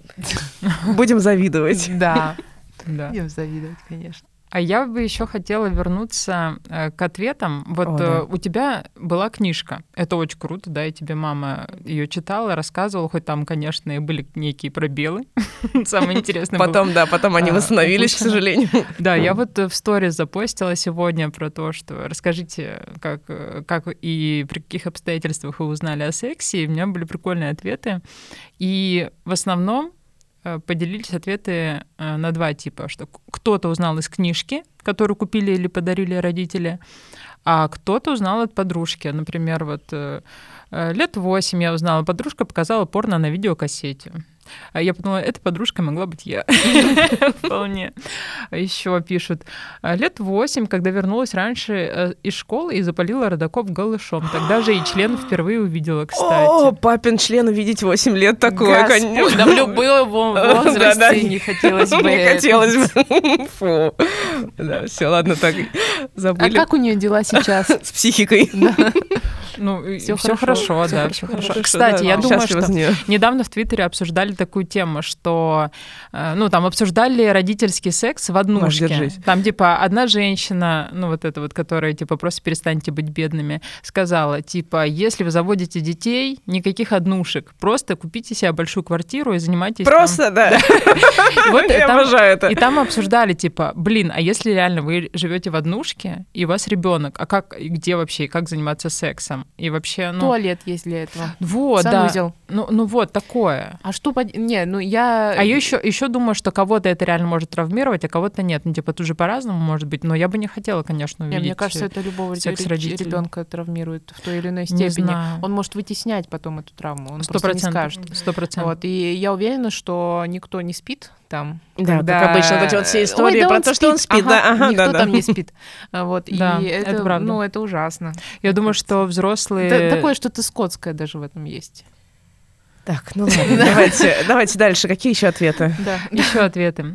Будем завидовать. Да, Да. будем завидовать, конечно. А я бы еще хотела вернуться к ответам. Вот О, да. у тебя была книжка. Это очень круто, да, и тебе мама ее читала, рассказывала, хоть там, конечно, и были некие пробелы. Самое интересное было. Потом они восстановились, к упущено. сожалению. Да, я вот в сторис запостила сегодня про то, что расскажите, как и при каких обстоятельствах вы узнали о сексе. И у меня были прикольные ответы. И в основном поделились ответы на два типа, что кто-то узнал из книжки, которую купили или подарили родители, а кто-то узнал от подружки. Например, вот лет 8 я узнала, подружка показала порно на видеокассете. А я подумала, эта подружка могла быть я. Вполне. Еще пишут. Лет 8, когда вернулась раньше из школы и запалила родокоп голышом. Тогда же и член впервые увидела, кстати. О, папин член увидеть 8 лет такое, Господь, конечно. да в любом возрасте не хотелось бы. Не хотелось бы. Фу. Да, все, ладно, так А забыли. как у нее дела сейчас? С психикой. Ну, Всё все хорошо, всё да, хорошо. все хорошо. Хорошо, Кстати, да, я думаю, счастлива что с нею. недавно в Твиттере обсуждали такую тему, что, ну, там обсуждали родительский секс в однушке. держись. Там, типа, одна женщина, ну, вот эта вот, которая, типа, просто перестаньте быть бедными, сказала, типа, если вы заводите детей, никаких однушек, просто купите себе большую квартиру и занимайтесь Просто, да. Вот Я там- обожаю это. И там обсуждали, типа, блин, а если реально вы живете в однушке, и у вас ребенок, а как, и где вообще, и как заниматься сексом? И вообще, ну... Туалет есть для этого. Вот, да. Санузел. Ну вот, такое. А что... Не, ну я... А я еще думаю, что кого-то это реально может травмировать, а кого-то нет. Ну, типа, тут же по-разному может быть, но я бы не хотела, конечно, Не, увидеть. мне кажется, это любого секс родителей. ребенка травмирует в той или иной Не степени. знаю. Он может вытеснять потом эту травму, он просто не скажет. 100%. Вот, и я уверена, что никто не спит там. Да, когда- как обычно, вот эти вот все истории Ой, да про он то, что он спит, да, ага, никто да, там да. не спит. Вот, Да, и это правда. ну, это ужасно. Я думаю, что взрослые... Да, такое что-то скотское даже в этом есть. Так, ну ладно, давайте дальше. Какие еще ответы? Да. Еще ответы.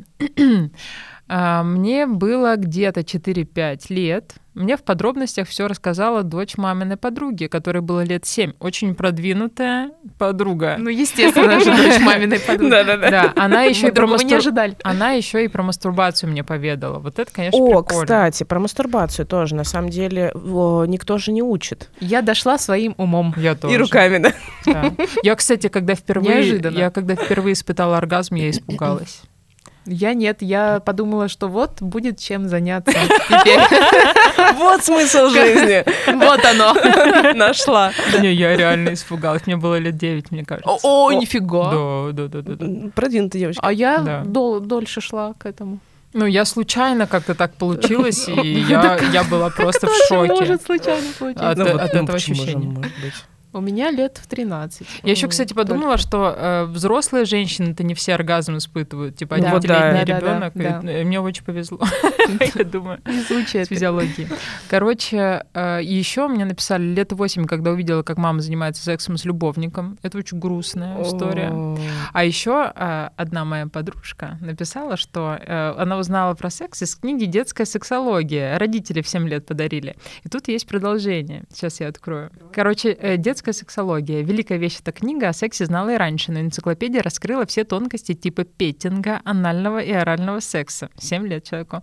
Мне было где-то 4-5 лет. Мне в подробностях все рассказала дочь маминой подруги, которой было лет 7. Очень продвинутая подруга. Ну, естественно, же дочь маминой подруги. Да-да-да. Да, она еще Мы и про другого не ожидали. Она еще и про мастурбацию мне поведала. Вот это, конечно, О, прикольно. кстати, про мастурбацию тоже. На самом деле, никто же не учит. Я дошла своим умом. Я тоже. И руками, да. Да. Я, кстати, когда впервые Неожиданно. испытала оргазм, я испугалась. Я нет, я подумала, что вот будет чем заняться теперь. Вот смысл жизни. Вот оно. Нашла. Не, я реально испугалась. Мне было лет 9, мне кажется. О, нифига. Да. Продвинутая девочка. А я Да. дольше шла к этому. Ну, я случайно как-то так получилось, и я была просто в шоке Может случайно получиться. от этого почему же, ощущения. может быть? У меня лет в 13. Я еще, кстати, подумала, что взрослые женщины-то не все оргазм испытывают. Типа, Да. 9-летний Да. ребенок. Да. Мне очень повезло, я думаю. Везучая С ты. физиологией. Короче, еще мне написали лет 8, когда увидела, как мама занимается сексом с любовником. Это очень грустная история. О. А еще одна моя подружка написала, что она узнала про секс из книги «Детская сексология». Родители в 7 лет подарили. И тут есть продолжение. Сейчас я открою. Короче, «Детская сексология». Великая вещь эта книга, о сексе знала и раньше, но энциклопедия раскрыла все тонкости типа петтинга, анального и орального секса. 7 лет человеку.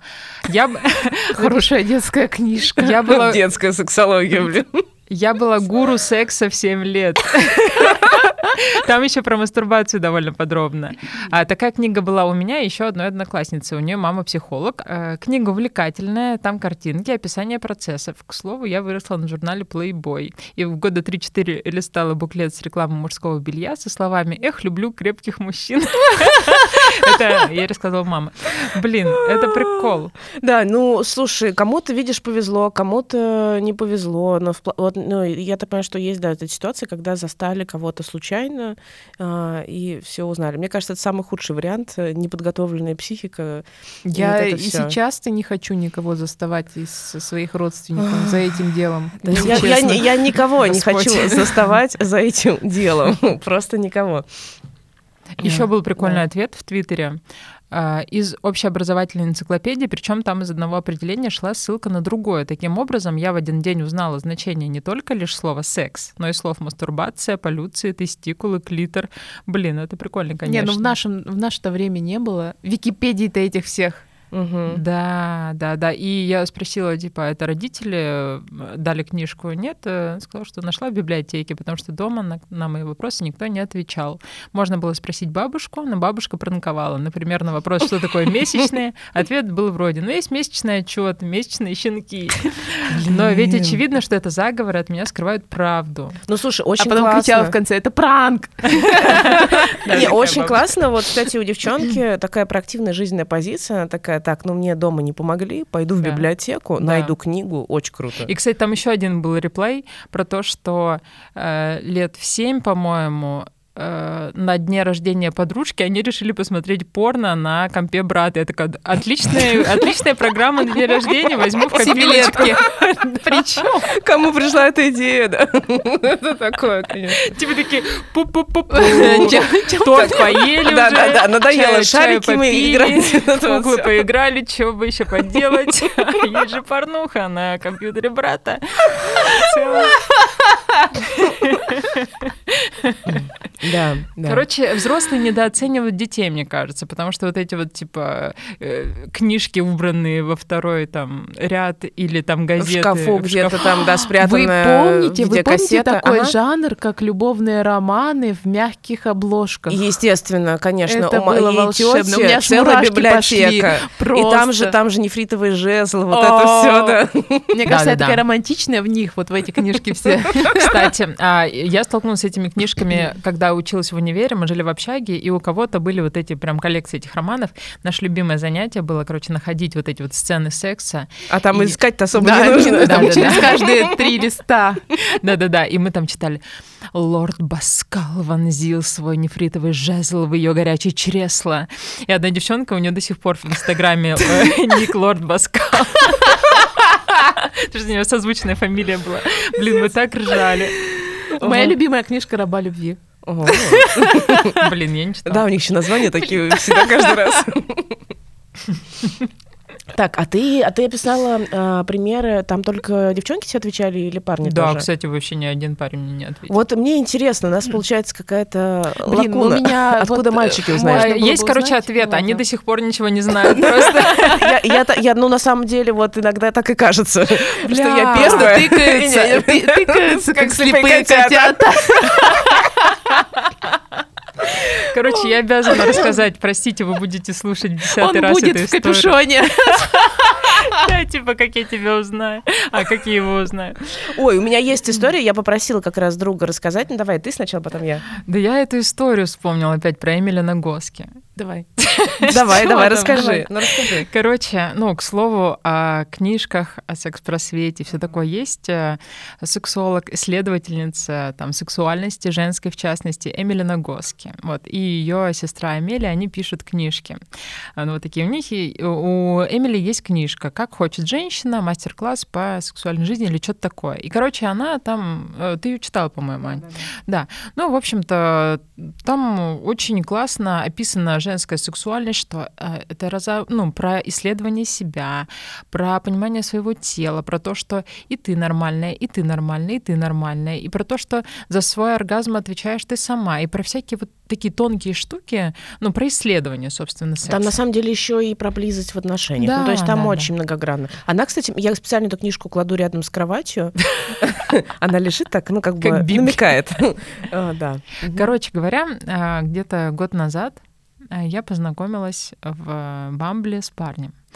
Хорошая детская книжка. Я была Детская сексология, блин. Я была гуру секса в 7 лет. Там еще про мастурбацию довольно подробно. Такая книга была у меня и еще одной одноклассницы. У нее мама психолог. Книга увлекательная, там картинки, описание процессов. К слову, я выросла на журнале Playboy. И в года 3-4 листала буклет с рекламой мужского белья со словами «Эх, люблю крепких мужчин». Это я рассказывала мама. Блин, это прикол. Да, ну, слушай, кому-то, видишь, повезло, кому-то не повезло. Но я так понимаю, что есть, да, эта ситуация, когда застали кого-то случайно случайно, и все узнали. Мне кажется, это самый худший вариант, неподготовленная психика. Я вот и сейчас-то не хочу никого заставать из своих родственников за этим делом. Я никого не хочу заставать за этим делом. Просто никого. Еще был прикольный ответ в Твиттере из общеобразовательной энциклопедии, причем там из одного определения шла ссылка на другое. Таким образом, я в один день узнала значение не только лишь слова «секс», но и слов «мастурбация», «полюция», «тестикулы», «клитор». Блин, это прикольно, конечно. Не, в наше-то время не было Википедий-то этих всех. Угу. Да. И я спросила, типа, это родители дали книжку? Нет, сказала, что нашла в библиотеке, потому что дома на мои вопросы никто не отвечал. Можно было спросить бабушку, но бабушка пранковала. Например, на вопрос, что такое месячные, ответ был вроде, есть месячный отчет, месячные щенки. Но ведь очевидно, что это заговор, и от меня скрывают правду. Ну, слушай, очень классно. А потом кричала в конце, это пранк! Не, очень классно. Вот, кстати, у девчонки такая проактивная жизненная позиция, такая, так, мне дома не помогли, пойду в библиотеку, найду книгу, очень круто. И, кстати, там еще один был реплей про то, что лет в 7, по-моему, на дне рождения подружки они решили посмотреть порно на компе брата. Я такая, отличная программа на день рождения, возьму в копилочке. Причем? Кому пришла эта идея, да? Это такое, конечно. Типа такие, пу-пу-пу-пу. Торт поели уже. Да, надоело шарики мы играть. Куклы поиграли, чего бы еще поделать. Есть же порнуха на компьютере брата. Да. Короче, взрослые недооценивают детей, мне кажется, потому что вот эти вот, типа, книжки, убранные во второй там ряд, или там газеты. В шкафу где-то там, да, спрятанная Вы помните такой жанр, как любовные романы в мягких обложках? Естественно, конечно. Это было волшебно. У меня целая библиотека. И там же нефритовый жезл, вот это все, да. Мне кажется, я такая романтичная в них, вот в эти книжки все. Кстати, я столкнулась с этими книжками, когда училась в универе, мы жили в общаге, и у кого-то были вот эти прям коллекции этих романов. Наше любимое занятие было, находить вот эти вот сцены секса. А там искать-то особо не нужно. Да. Через каждые 3 листа. Да. И мы там читали: «Лорд Баскал вонзил свой нефритовый жезл в ее горячее чресло». И одна девчонка, у нее до сих пор в Инстаграме ник Лорд Баскал. Потому что у нее созвучная фамилия была. Блин, мы так ржали. Моя любимая книжка «Раба любви». Блин, я не читала. Да, у них еще названия такие всегда каждый раз. Так, а ты описала примеры, там только девчонки тебе отвечали или парни тоже? Да, кстати, вообще ни один парень мне не ответил. Вот мне интересно, у нас получается какая-то лакуна. У меня откуда мальчики узнают? Есть, короче, ответ, они до сих пор ничего не знают просто. Я, на самом деле, вот иногда так и кажется, что я первая. Тыкаются, как слепые котята. Короче, я обязана рассказать. Простите, вы будете слушать 10-й раз эту историю. Он будет в капюшоне. Да, типа, как я тебя узнаю. А как я его узнаю? Ой, у меня есть история, я попросила как раз друга рассказать. Ну, давай, ты сначала, потом я. Да я эту историю вспомнила опять про Эмиля Нагоски. Давай. Давай, расскажи. Короче, к слову, о книжках, о секс-просвете, все такое есть. Сексолог, исследовательница там, сексуальности женской, в частности, Эмили Нагоски. Вот. И ее сестра Амелия, они пишут книжки. Вот такие у них. У Эмили есть книжка «Как хочет женщина», мастер-класс по сексуальной жизни или что-то такое. И, короче, она там... Ты ее читала, по-моему, Ань? Да. Ну, в общем-то, там очень классно описана женская сексуальность, что это про исследование себя, про понимание своего тела, про то, что и ты нормальная, и ты нормальная, и ты нормальная, и про то, что за свой оргазм отвечаешь ты сама, и про всякие вот такие тонкие штуки, про исследование, собственно, секса. Там, на самом деле, еще и про близость в отношениях. Да, то есть там очень многогранно. Она, кстати, я специально эту книжку кладу рядом с кроватью. Она лежит так, как бы намекает. Короче говоря, где-то год назад я познакомилась в Бамбле с парнем.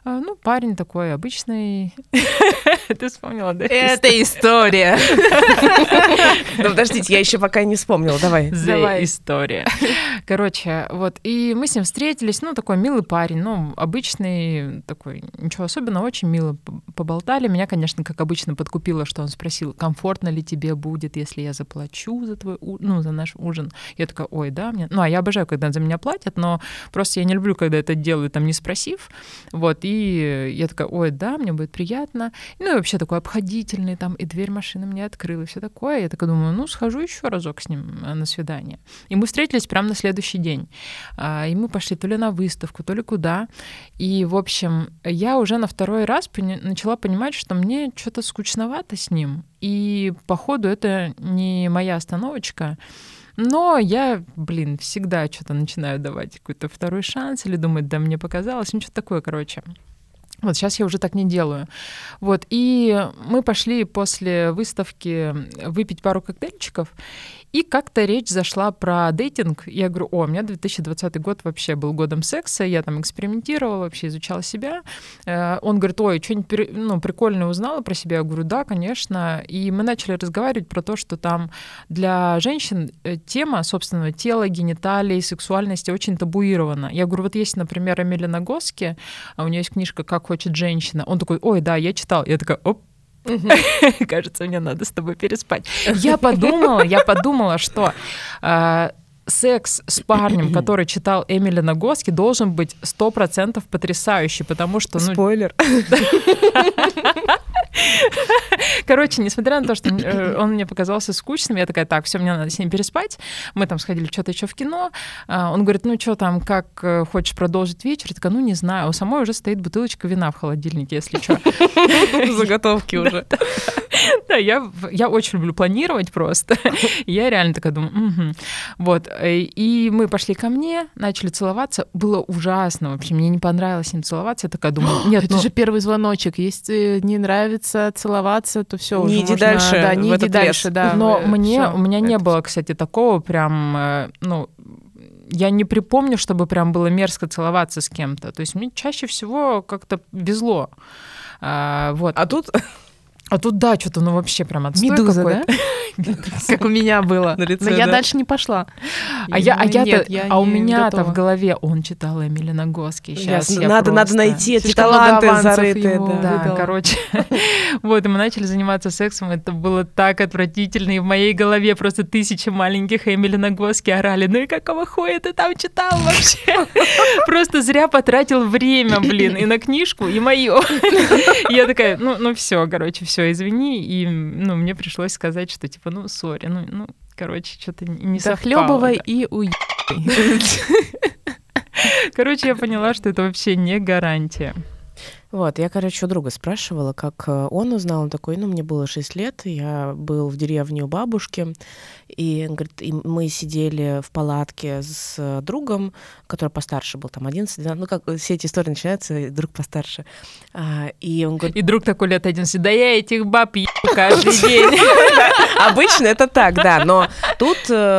Ну, парень такой обычный. Ты вспомнила, да? Это история. Ну, подождите, я еще пока не вспомнила. Давай. История. Короче, вот. И мы с ним встретились. Ну, такой милый парень. Ну, обычный такой. Ничего особенного. Очень мило поболтали. Меня, конечно, как обычно, подкупило, что он спросил, комфортно ли тебе будет, если я заплачу за твой, за наш ужин. Я такая, ой, да, мне... Ну, а я обожаю, когда за меня платят, но просто я не люблю, когда это делают, там, не спросив. Вот. И я такая, ой, да, мне будет приятно. Ну, и вообще такой обходительный, там, и дверь машины мне открыла, и все такое. Я такая думаю, ну, схожу еще разок с ним на свидание. И мы встретились прямо на следующий день. И мы пошли то ли на выставку, то ли куда. И, в общем, я уже на второй раз начала понимать, что мне что-то скучновато с ним. И, походу, это не моя остановочка. Но я, всегда что-то начинаю давать какой-то второй шанс или думать, да, мне показалось, ну, что-то такое, короче. Вот сейчас я уже так не делаю. Вот, и мы пошли после выставки выпить пару коктейльчиков, и как-то речь зашла про дейтинг. Я говорю, у меня 2020 год вообще был годом секса, я там экспериментировала, вообще изучала себя. Он говорит, ой, что-нибудь прикольное узнала про себя? Я говорю, да, конечно. И мы начали разговаривать про то, что там для женщин тема собственного тела, гениталий, сексуальности очень табуирована. Я говорю, вот есть, например, Эмили Нагоски, у нее есть книжка «Как хочет женщина». Он такой, ой, да, я читал. Я такая, оп. Кажется, мне надо с тобой переспать. Я подумала, что секс с парнем, который читал Эмили Нагоски, должен быть 100% потрясающий, потому что... Спойлер. Короче, несмотря на то, что он мне показался скучным, я такая, так, все, мне надо с ним переспать. Мы там сходили что-то еще в кино. Он говорит, ну что там, как хочешь продолжить вечер? Я такая, ну не знаю. У самой уже стоит бутылочка вина в холодильнике, если что. Заготовки уже. Да, я очень люблю планировать просто. Я реально такая думаю, вот. И мы пошли ко мне, начали целоваться. Было ужасно вообще. Мне не понравилось с ним целоваться. Я такая думаю, нет, это же первый звоночек. Если не нравится целоваться, то все уже не иди можно... дальше. Да, не иди дальше, да. Но у меня не было, кстати, такого прям, я не припомню, чтобы прям было мерзко целоваться с кем-то. То есть мне чаще всего как-то везло. Вот. А тут, да, что-то, вообще прям отстой Медуза, какой-то. Да? Как у меня было. Но я дальше не пошла. У меня-то в голове он читал Эмили Нагоски. Сейчас надо найти эти таланты зарытые. Да, короче. Вот, и мы начали заниматься сексом. Это было так отвратительно. И в моей голове просто тысячи маленьких Эмили Нагоски орали. Ну и какого хуя ты там читал вообще? Просто зря потратил время, и на книжку, и мою. Я такая, ну все, короче, все. Извини, и мне пришлось сказать, что типа, сори, короче, что-то не совпало. Захлёбывай и уебай. Короче, я поняла, что это вообще не гарантия. Вот, я, у друга спрашивала, как он узнал. Он такой, мне было 6 лет, я был в деревне у бабушки, и, говорит, и мы сидели в палатке с другом, который постарше был, там, 11-12, как все эти истории начинаются, друг постарше. И он говорит... И друг такой лет 11, да я этих баб ебу каждый день. Обычно это так, да, но тут,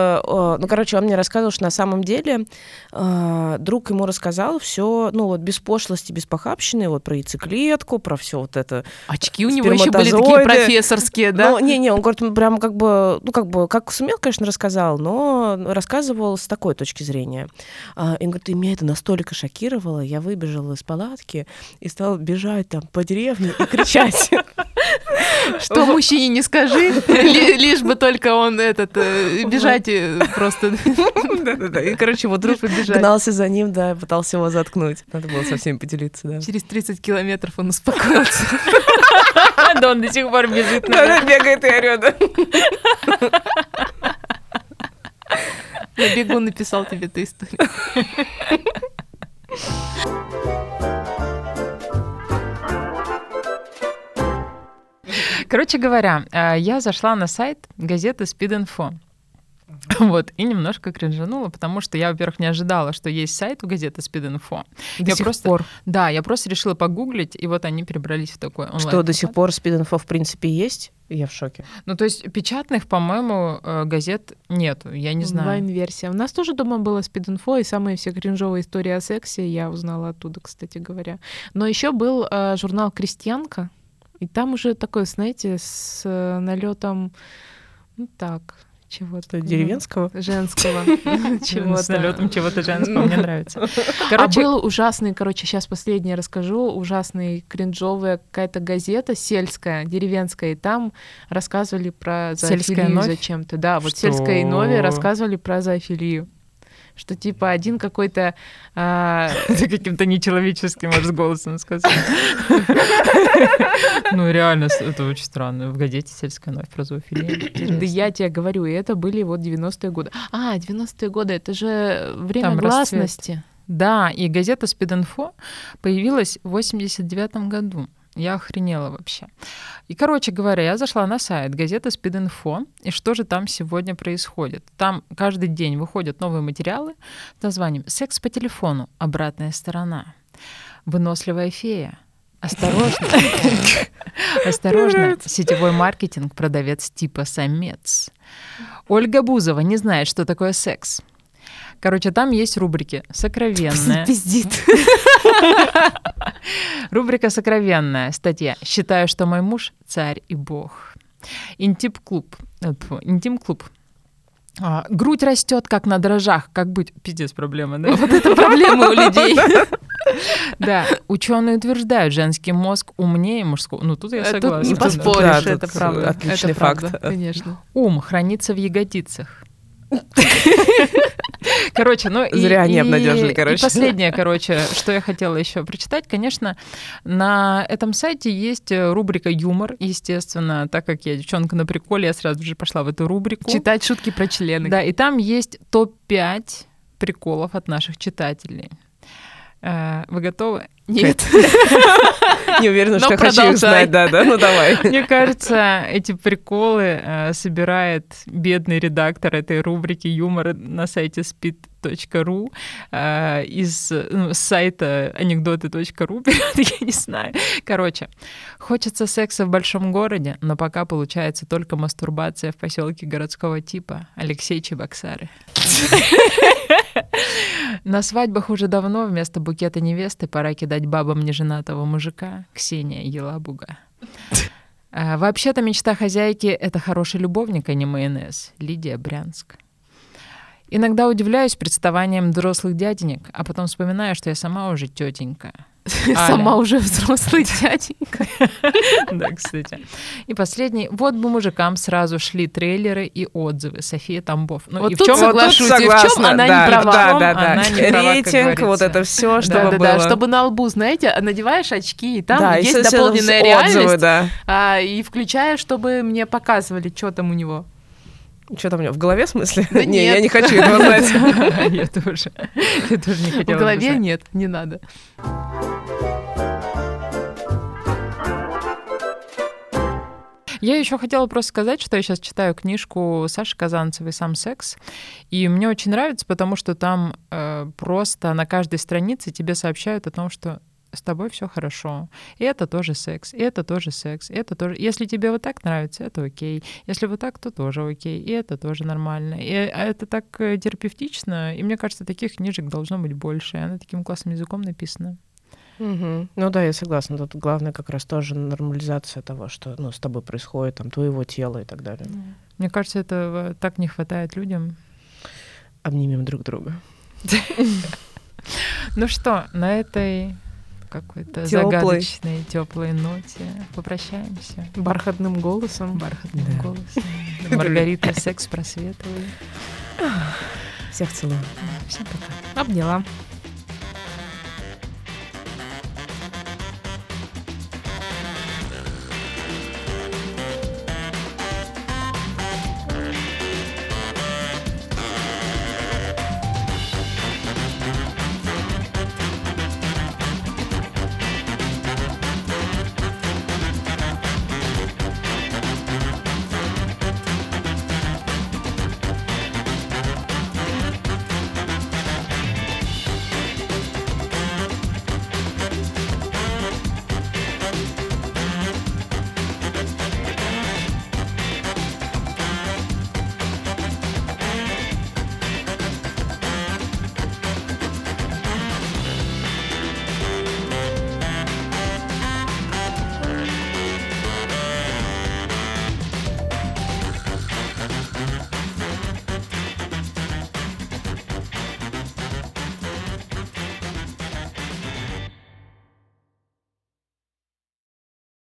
он мне рассказывал, что на самом деле друг ему рассказал все, без пошлости, без похабщины, про яйцеклетку, про все вот это. Очки у него еще были такие профессорские, да? Он говорит, прям как сумел, конечно, рассказал, но рассказывал с такой точки зрения. И он говорит, и меня это настолько шокировало, я выбежала из палатки и стала бежать там по деревне и кричать. Что мужчине не скажи, лишь бы только он бежать просто. Да-да-да. И, вот друг гнался за ним, да, пытался его заткнуть. Надо было со всеми поделиться, да. Через 30 километров он успокоился. Да, он до сих пор бежит. Да, бегает и орёт. На бегу написал тебе эту историю. Короче говоря, я зашла на сайт газеты Speed Info. Вот, и немножко кринжанула, потому что я, во-первых, не ожидала, что есть сайт у газеты Speed.info. До сих пор. Да, я просто решила погуглить, и вот они перебрались в такой онлайн. Что, до сих пор Speed.info в принципе есть? Я в шоке. Ну, то есть печатных, по-моему, газет нету, я не знаю. Онлайн-версия. У нас тоже дома было Speed.info, и самые все кринжовые истории о сексе я узнала оттуда, кстати говоря. Но еще был журнал «Крестьянка», и там уже такой, знаете, с налетом, ну так, чего-то деревенского? Женского. С налетом чего-то женского, мне нравится. Был ужасный, сейчас последнее расскажу, ужасный, кринжовая какая-то газета сельская, деревенская, и там рассказывали про зоофилию зачем-то. Да, вот «Сельская нови» рассказывали про зоофилию. Что типа один какой-то... Ты каким-то нечеловеческим голосом сказал. Ну, реально, это очень странно. В газете «Сельская новь» про зоофилию. Да я тебе говорю, и это были вот 90-е годы. 90-е годы, это же время гласности. Да, и газета «Speed.info» появилась в 89-м году. Я охренела вообще. И, короче говоря, я зашла на сайт газеты Speed.info, и что же там сегодня происходит? Там каждый день выходят новые материалы с названием «Секс по телефону. Обратная сторона». «Выносливая фея». Осторожно. Осторожно. Сетевой маркетинг. Продавец типа самец. Ольга Бузова не знает, что такое секс. Короче, там есть рубрики «Сокровенная». Пиздит. Рубрика «Сокровенная». Статья «Считаю, что мой муж – царь и бог». Интим-клуб. Грудь растет, как на дрожжах. Как быть? Пиздец, проблема, да? Вот это проблема у людей. Да, ученые утверждают, женский мозг умнее мужского. Ну, тут я согласна. Не поспоришь, это правда. Отличный факт. Конечно. Ум хранится в ягодицах. Короче, Зря они обнадежили, И последнее, что я хотела еще прочитать. Конечно, на этом сайте есть рубрика «Юмор», естественно, так как я девчонка на приколе, я сразу же пошла в эту рубрику. Читать шутки про члены. Да, и там есть топ-5 приколов от наших читателей. Вы готовы? Нет. Не уверена, что я хочу их знать, да, ну давай. Мне кажется, эти приколы собирает бедный редактор этой рубрики юмора на сайте speed.ru из сайта анекдоты.ру, я не знаю. Короче, хочется секса в большом городе, но пока получается только мастурбация в поселке городского типа. Алексей Чебоксары. На свадьбах уже давно вместо букета невесты пора кидать бабам неженатого мужика. Ксения Елабуга. Вообще-то мечта хозяйки — это хороший любовник, а не майонез. Лидия Брянск. Иногда удивляюсь представанием взрослых дяденек, а потом вспоминаю, что я сама уже тетенька. Сама уже взрослый дяденька. Да, кстати. И последний. Вот бы мужикам сразу шли трейлеры и отзывы. София Тамбов. Вот тут соглашусь, и в чем она не права. Да. Рейтинг, вот это все, чтобы было. Чтобы на лбу, знаете, надеваешь очки, и там есть дополненная реальность. И включаешь, чтобы мне показывали, что там у него. Что там у него? В голове, в смысле? Да не, я не хочу этого знать. Я тоже не хотела. В голове нет, не надо. Я еще хотела просто сказать, что я сейчас читаю книжку Саши Казанцевой «Сам секс», и мне очень нравится, потому что там просто на каждой странице тебе сообщают о том, что с тобой все хорошо. И это тоже секс, и это тоже секс, и это тоже... Если тебе вот так нравится, это окей. Если вот так, то тоже окей. И это тоже нормально. И это так терапевтично. И мне кажется, таких книжек должно быть больше. И она таким классным языком написана. Угу. Ну да, я согласна. Тут главное как раз тоже нормализация того, что с тобой происходит, там, твоего тела и так далее. Мне кажется, этого так не хватает людям. Обнимем друг друга. Ну что, на этой какой-то загадочной, теплой ноте попрощаемся. Бархатным голосом. Маргарита Секс Просветовой. Всех целую. Всем пока. Обняла.